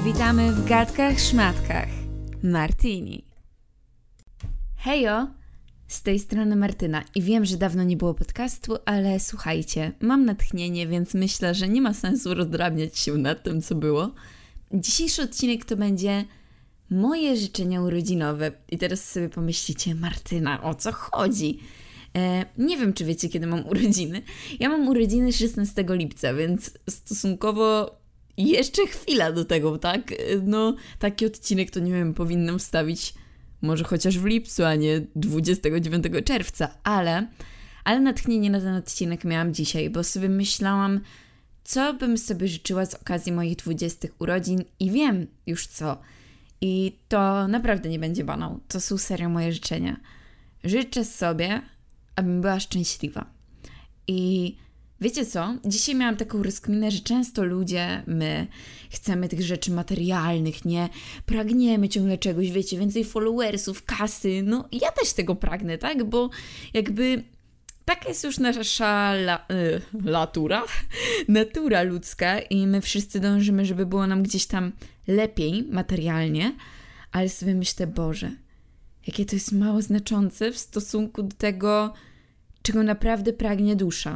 Witamy w Gadkach Szmatkach. Martini. Hejo! Z tej strony Martyna i wiem, że dawno nie było podcastu, ale słuchajcie, mam natchnienie, więc myślę, że nie ma sensu rozdrabniać się nad tym, co było. Dzisiejszy odcinek to będzie moje życzenia urodzinowe. I teraz sobie pomyślicie, Martyna, o co chodzi? Nie wiem, czy wiecie, kiedy mam urodziny. Ja mam urodziny 16 lipca, więc stosunkowo jeszcze chwila do tego, tak? No, taki odcinek to nie wiem, powinnam wstawić może chociaż w lipcu, a nie 29 czerwca, ale natchnienie na ten odcinek miałam dzisiaj, bo sobie myślałam, co bym sobie życzyła z okazji moich 20 urodzin i wiem już co. I to naprawdę nie będzie banał. To są serio moje życzenia. Życzę sobie, abym była szczęśliwa. I wiecie co? Dzisiaj miałam taką rozkminę, że często ludzie, my chcemy tych rzeczy materialnych, nie? Pragniemy ciągle czegoś, wiecie, więcej followersów, kasy. No ja też tego pragnę, tak? Bo jakby taka jest już nasza natura ludzka i my wszyscy dążymy, żeby było nam gdzieś tam lepiej materialnie, ale sobie myślę, Boże, jakie to jest mało znaczące w stosunku do tego, czego naprawdę pragnie dusza.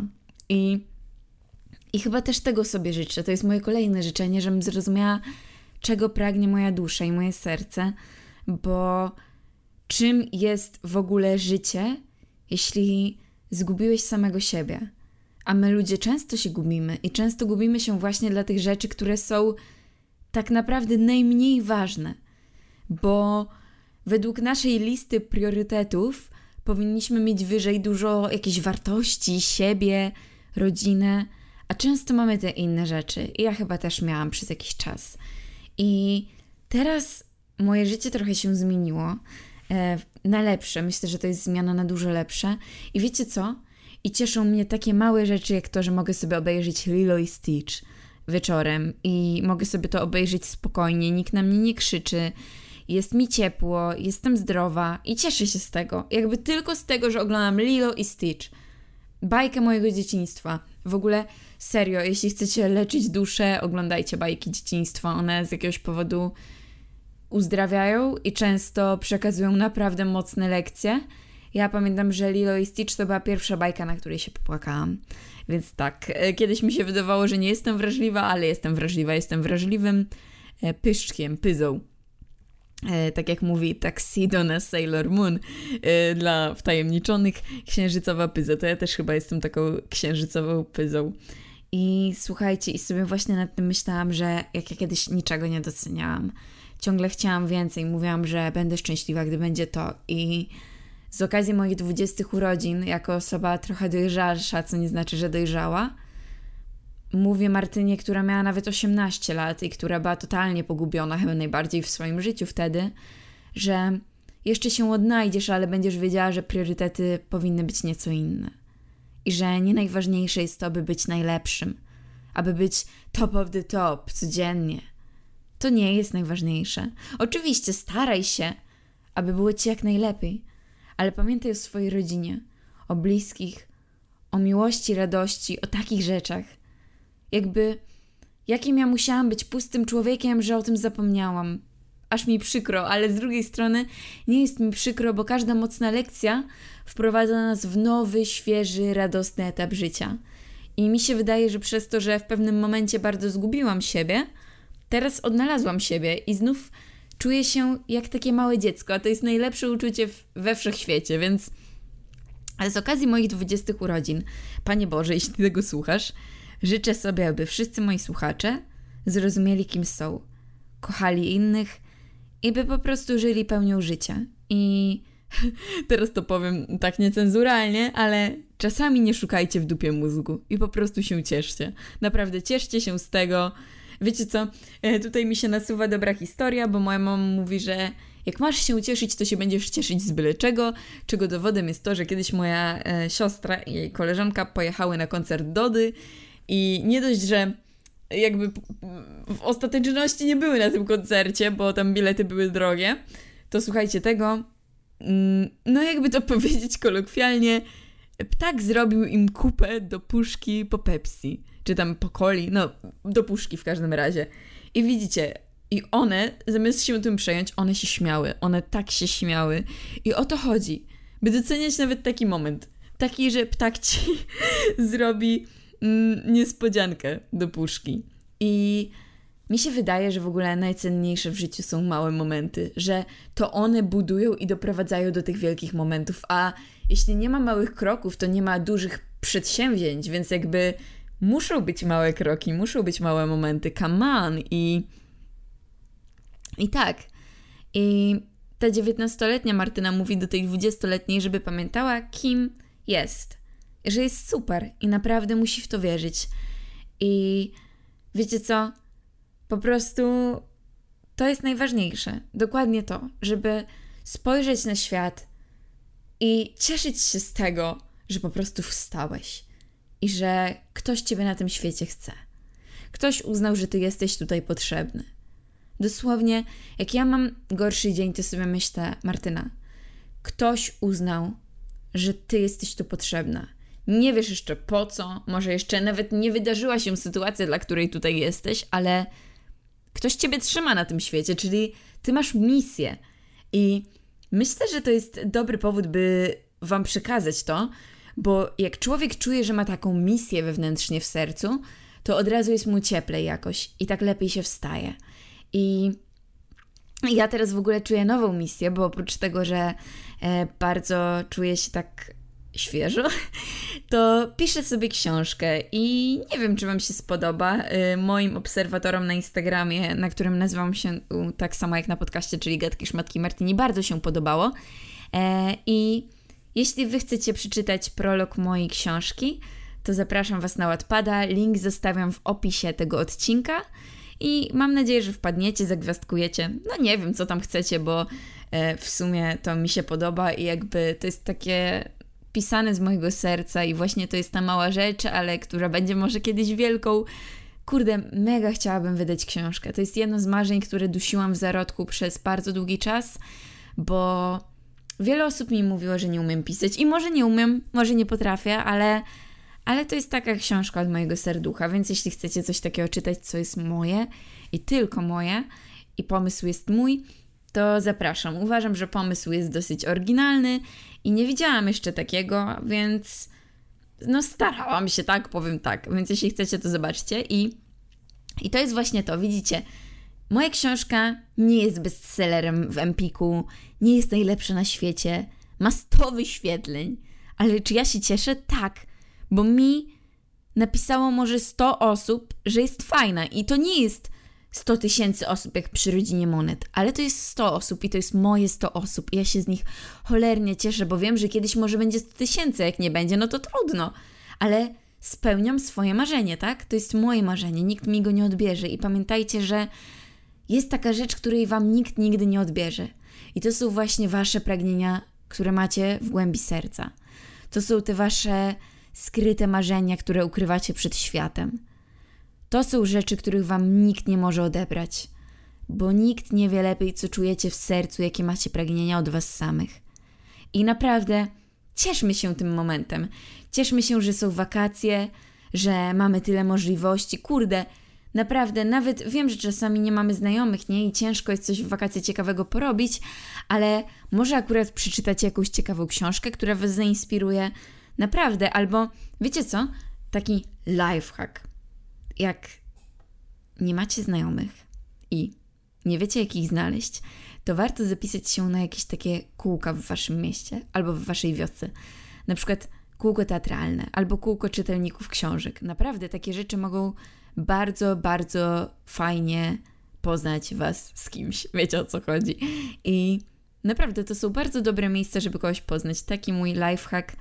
I chyba też tego sobie życzę. To jest moje kolejne życzenie, żebym zrozumiała, czego pragnie moja dusza i moje serce, bo czym jest w ogóle życie, jeśli zgubiłeś samego siebie? A my ludzie często się gubimy i często gubimy się właśnie dla tych rzeczy, które są tak naprawdę najmniej ważne, bo według naszej listy priorytetów powinniśmy mieć wyżej dużo jakiejś wartości, siebie, rodzinę, a często mamy te inne rzeczy. I ja chyba też miałam przez jakiś czas. I teraz moje życie trochę się zmieniło na lepsze. Myślę, że to jest zmiana na dużo lepsze. I wiecie co? I cieszą mnie takie małe rzeczy, jak to, że mogę sobie obejrzeć Lilo i Stitch wieczorem i mogę sobie to obejrzeć spokojnie, nikt na mnie nie krzyczy, jest mi ciepło, jestem zdrowa i cieszę się z tego. Jakby tylko z tego, że oglądam Lilo i Stitch. Bajkę mojego dzieciństwa. W ogóle serio, jeśli chcecie leczyć duszę, oglądajcie bajki dzieciństwa. One z jakiegoś powodu uzdrawiają i często przekazują naprawdę mocne lekcje. Ja pamiętam, że Lilo i Stitch to była pierwsza bajka, na której się popłakałam. Więc tak, kiedyś mi się wydawało, że nie jestem wrażliwa, ale jestem wrażliwa. Jestem wrażliwym pyszczkiem, pyzą. Tak jak mówi Tuxedo na Sailor Moon dla wtajemniczonych, księżycowa pyza. To ja też chyba jestem taką księżycową pyzą. I słuchajcie, i sobie właśnie nad tym myślałam, że jak ja kiedyś niczego nie doceniałam. Ciągle chciałam więcej. Mówiłam, że będę szczęśliwa, gdy będzie to. I z okazji moich 20 urodzin, jako osoba trochę dojrzalsza, co nie znaczy, że dojrzała, mówię Martynie, która miała nawet 18 lat i która była totalnie pogubiona chyba najbardziej w swoim życiu wtedy, że jeszcze się odnajdziesz, ale będziesz wiedziała, że priorytety powinny być nieco inne. I że nie najważniejsze jest to, aby być najlepszym, aby być top of the top codziennie. To nie jest najważniejsze. Oczywiście staraj się, aby było ci jak najlepiej, ale pamiętaj o swojej rodzinie, o bliskich, o miłości, radości, o takich rzeczach. Jakby, jakim ja musiałam być pustym człowiekiem, że o tym zapomniałam. Aż mi przykro, ale z drugiej strony nie jest mi przykro, bo każda mocna lekcja wprowadza nas w nowy, świeży, radosny etap życia. I mi się wydaje, że przez to, że w pewnym momencie bardzo zgubiłam siebie, teraz odnalazłam siebie i znów czuję się jak takie małe dziecko, a to jest najlepsze uczucie we wszechświecie, więc z okazji moich 20 urodzin, Panie Boże, jeśli tego słuchasz, życzę sobie, aby wszyscy moi słuchacze zrozumieli, kim są, kochali innych i by po prostu żyli pełnią życia. I teraz to powiem tak niecenzuralnie, ale czasami nie szukajcie w dupie mózgu i po prostu się cieszcie. Naprawdę cieszcie się z tego. Wiecie co, tutaj mi się nasuwa dobra historia, bo moja mama mówi, że jak masz się cieszyć, to się będziesz cieszyć z byle czego dowodem jest to, że kiedyś moja siostra i jej koleżanka pojechały na koncert Dody i nie dość, że jakby w ostateczności nie były na tym koncercie, bo tam bilety były drogie, to słuchajcie tego, no jakby to powiedzieć kolokwialnie, ptak zrobił im kupę do puszki po Pepsi, czy tam po coli, no do puszki w każdym razie. I widzicie, I one, zamiast się tym przejąć, one się śmiały. One tak się śmiały. I o to chodzi, by doceniać nawet taki moment. Taki, że ptak ci zrobi niespodziankę do puszki. I mi się wydaje, że w ogóle najcenniejsze w życiu są małe momenty, że to one budują i doprowadzają do tych wielkich momentów, a jeśli nie ma małych kroków, to nie ma dużych przedsięwzięć, więc jakby muszą być małe kroki, muszą być małe momenty, come on! I tak. I ta 19-letnia Martyna mówi do tej 20-letniej, żeby pamiętała, kim jest. Że jest super i naprawdę musi w to wierzyć. I wiecie co? Po prostu to jest najważniejsze. Dokładnie to, żeby spojrzeć na świat i cieszyć się z tego, że po prostu wstałeś i że ktoś ciebie na tym świecie chce. Ktoś uznał, że ty jesteś tutaj potrzebny. Dosłownie, jak ja mam gorszy dzień, to sobie myślę, Martyna, ktoś uznał, że ty jesteś tu potrzebna. Nie wiesz jeszcze po co, może jeszcze nawet nie wydarzyła się sytuacja, dla której tutaj jesteś, ale ktoś ciebie trzyma na tym świecie, czyli ty masz misję. I myślę, że to jest dobry powód, by wam przekazać to, bo jak człowiek czuje, że ma taką misję wewnętrznie w sercu, to od razu jest mu cieplej jakoś i tak lepiej się wstaje. I ja teraz w ogóle czuję nową misję, bo oprócz tego, że bardzo czuję się tak świeżo, to piszę sobie książkę i nie wiem, czy wam się spodoba. Moim obserwatorom na Instagramie, na którym nazywam się tak samo jak na podcaście, czyli Gadki Szmatki Martini, bardzo się podobało. I jeśli wy chcecie przeczytać prolog mojej książki, to zapraszam was na Wattpada. Link zostawiam w opisie tego odcinka. I mam nadzieję, że wpadniecie, zagwiazdkujecie. No nie wiem, co tam chcecie, bo w sumie to mi się podoba i jakby to jest takie pisane z mojego serca i właśnie to jest ta mała rzecz, ale która będzie może kiedyś wielką. Kurde, mega chciałabym wydać książkę. To jest jedno z marzeń, które dusiłam w zarodku przez bardzo długi czas, bo wiele osób mi mówiło, że nie umiem pisać i może nie umiem, może nie potrafię, ale to jest taka książka od mojego serducha, więc jeśli chcecie coś takiego czytać, co jest moje i tylko moje i pomysł jest mój, to zapraszam. Uważam, że pomysł jest dosyć oryginalny i nie widziałam jeszcze takiego, więc no starałam się, tak, powiem tak. Więc jeśli chcecie, to zobaczcie i to jest właśnie to, widzicie. Moja książka nie jest bestsellerem w Empiku, nie jest najlepsza na świecie, ma 100 wyświetleń, ale czy ja się cieszę? Tak. Bo mi napisało może 100 osób, że jest fajna i to nie jest 100 000 osób jak przy Rodzinie Monet, ale to jest 100 osób i to jest moje 100 osób i ja się z nich cholernie cieszę, bo wiem, że kiedyś może będzie 100 000, jak nie będzie, no to trudno, ale spełniam swoje marzenie, tak? To jest moje marzenie, nikt mi go nie odbierze i pamiętajcie, że jest taka rzecz, której wam nikt nigdy nie odbierze i to są właśnie wasze pragnienia, które macie w głębi serca. To są te wasze skryte marzenia, które ukrywacie przed światem. To są rzeczy, których wam nikt nie może odebrać, bo nikt nie wie lepiej, co czujecie w sercu, jakie macie pragnienia od was samych. I naprawdę cieszmy się tym momentem. Cieszmy się, że są wakacje, że mamy tyle możliwości. Kurde, naprawdę, nawet wiem, że czasami nie mamy znajomych, nie? I ciężko jest coś w wakacje ciekawego porobić, ale może akurat przeczytacie jakąś ciekawą książkę, która was zainspiruje. Naprawdę, albo wiecie co? Taki lifehack. Jak nie macie znajomych i nie wiecie, jak ich znaleźć, to warto zapisać się na jakieś takie kółka w waszym mieście albo w waszej wiosce. Na przykład kółko teatralne albo kółko czytelników książek. Naprawdę takie rzeczy mogą bardzo, bardzo fajnie poznać was z kimś. Wiecie, o co chodzi. I naprawdę to są bardzo dobre miejsca, żeby kogoś poznać. Taki mój lifehack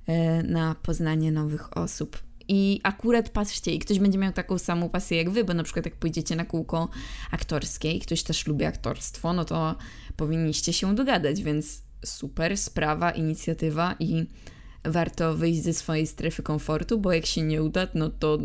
na poznanie nowych osób. I akurat patrzcie, i ktoś będzie miał taką samą pasję jak wy, bo na przykład jak pójdziecie na kółko aktorskie i ktoś też lubi aktorstwo, no to powinniście się dogadać, więc super sprawa, inicjatywa i warto wyjść ze swojej strefy komfortu, bo jak się nie uda, no to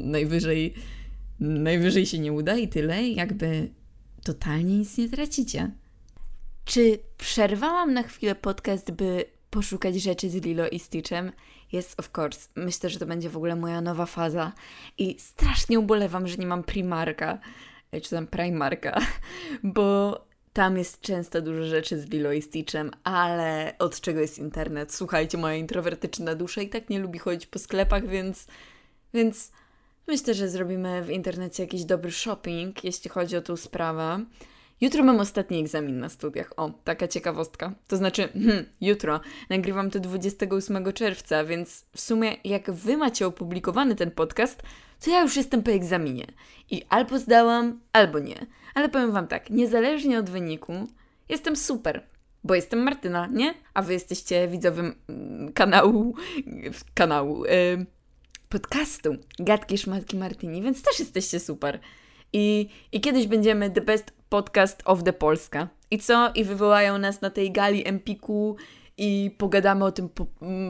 najwyżej się nie uda i tyle, jakby totalnie nic nie tracicie. Czy przerwałam na chwilę podcast, by poszukać rzeczy z Lilo i Stitchem? Yes, of course. Myślę, że to będzie w ogóle moja nowa faza i strasznie ubolewam, że nie mam Primarka. czy tam Primarka, bo tam jest często dużo rzeczy z Lilo i Stitchem, ale od czego jest internet? Słuchajcie, moja introwertyczna dusza i tak nie lubi chodzić po sklepach, więc myślę, że zrobimy w internecie jakiś dobry shopping, jeśli chodzi o tą sprawę. Jutro mam ostatni egzamin na studiach. O, taka ciekawostka. To znaczy, jutro. Nagrywam to 28 czerwca, więc w sumie jak wy macie opublikowany ten podcast, to ja już jestem po egzaminie. I albo zdałam, albo nie. Ale powiem wam tak, niezależnie od wyniku, jestem super. Bo jestem Martyna, nie? A wy jesteście widzowym podcastu Gadki Szmatki Martyni, więc też jesteście super. I kiedyś będziemy the best podcast of the Polska. I co? I wywołają nas na tej gali Empiku i pogadamy o tym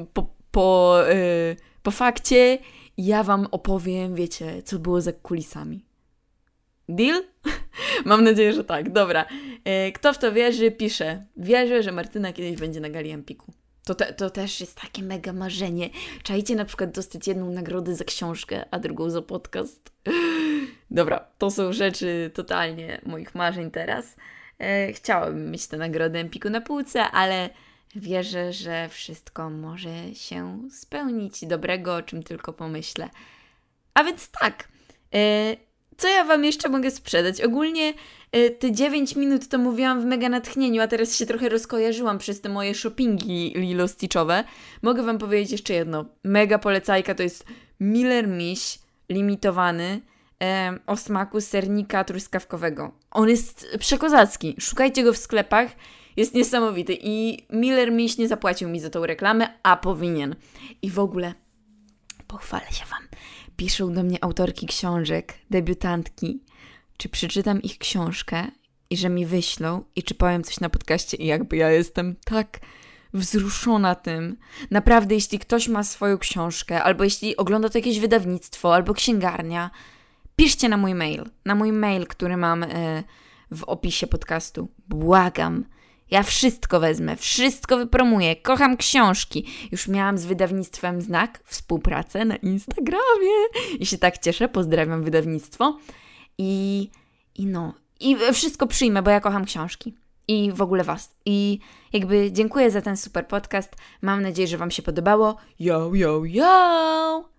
po fakcie i ja wam opowiem, wiecie, co było za kulisami. Deal? Mam nadzieję, że tak. Dobra. Kto w to wierzy, pisze. Wierzę, że Martyna kiedyś będzie na gali Empiku. To też jest takie mega marzenie. Czajcie na przykład dostać jedną nagrodę za książkę, a drugą za podcast. Dobra, to są rzeczy totalnie moich marzeń teraz. Chciałabym mieć tę nagrodę Empiku na półce, ale wierzę, że wszystko może się spełnić dobrego, o czym tylko pomyślę. A więc tak, co ja wam jeszcze mogę sprzedać? Ogólnie te 9 minut to mówiłam w mega natchnieniu, a teraz się trochę rozkojarzyłam przez te moje shoppingi Lilo Stitchowe. Mogę wam powiedzieć jeszcze jedno. Mega polecajka to jest Miller Miś limitowany o smaku sernika truskawkowego. On jest przekozacki. Szukajcie go w sklepach. Jest niesamowity. I Miller Miś nie zapłacił mi za tą reklamę, a powinien. I w ogóle pochwalę się wam. Piszą do mnie autorki książek, debiutantki, czy przeczytam ich książkę i że mi wyślą i czy powiem coś na podcaście i jakby ja jestem tak wzruszona tym. Naprawdę, jeśli ktoś ma swoją książkę, albo jeśli ogląda to jakieś wydawnictwo, albo księgarnia, piszcie na mój mail, który mam w opisie podcastu. Błagam. Ja wszystko wezmę, wszystko wypromuję, kocham książki. Już miałam z wydawnictwem znak, współpracę na Instagramie i się tak cieszę, pozdrawiam wydawnictwo. I wszystko przyjmę, bo ja kocham książki i w ogóle was. I jakby dziękuję za ten super podcast, mam nadzieję, że wam się podobało. Yo, yo, yo!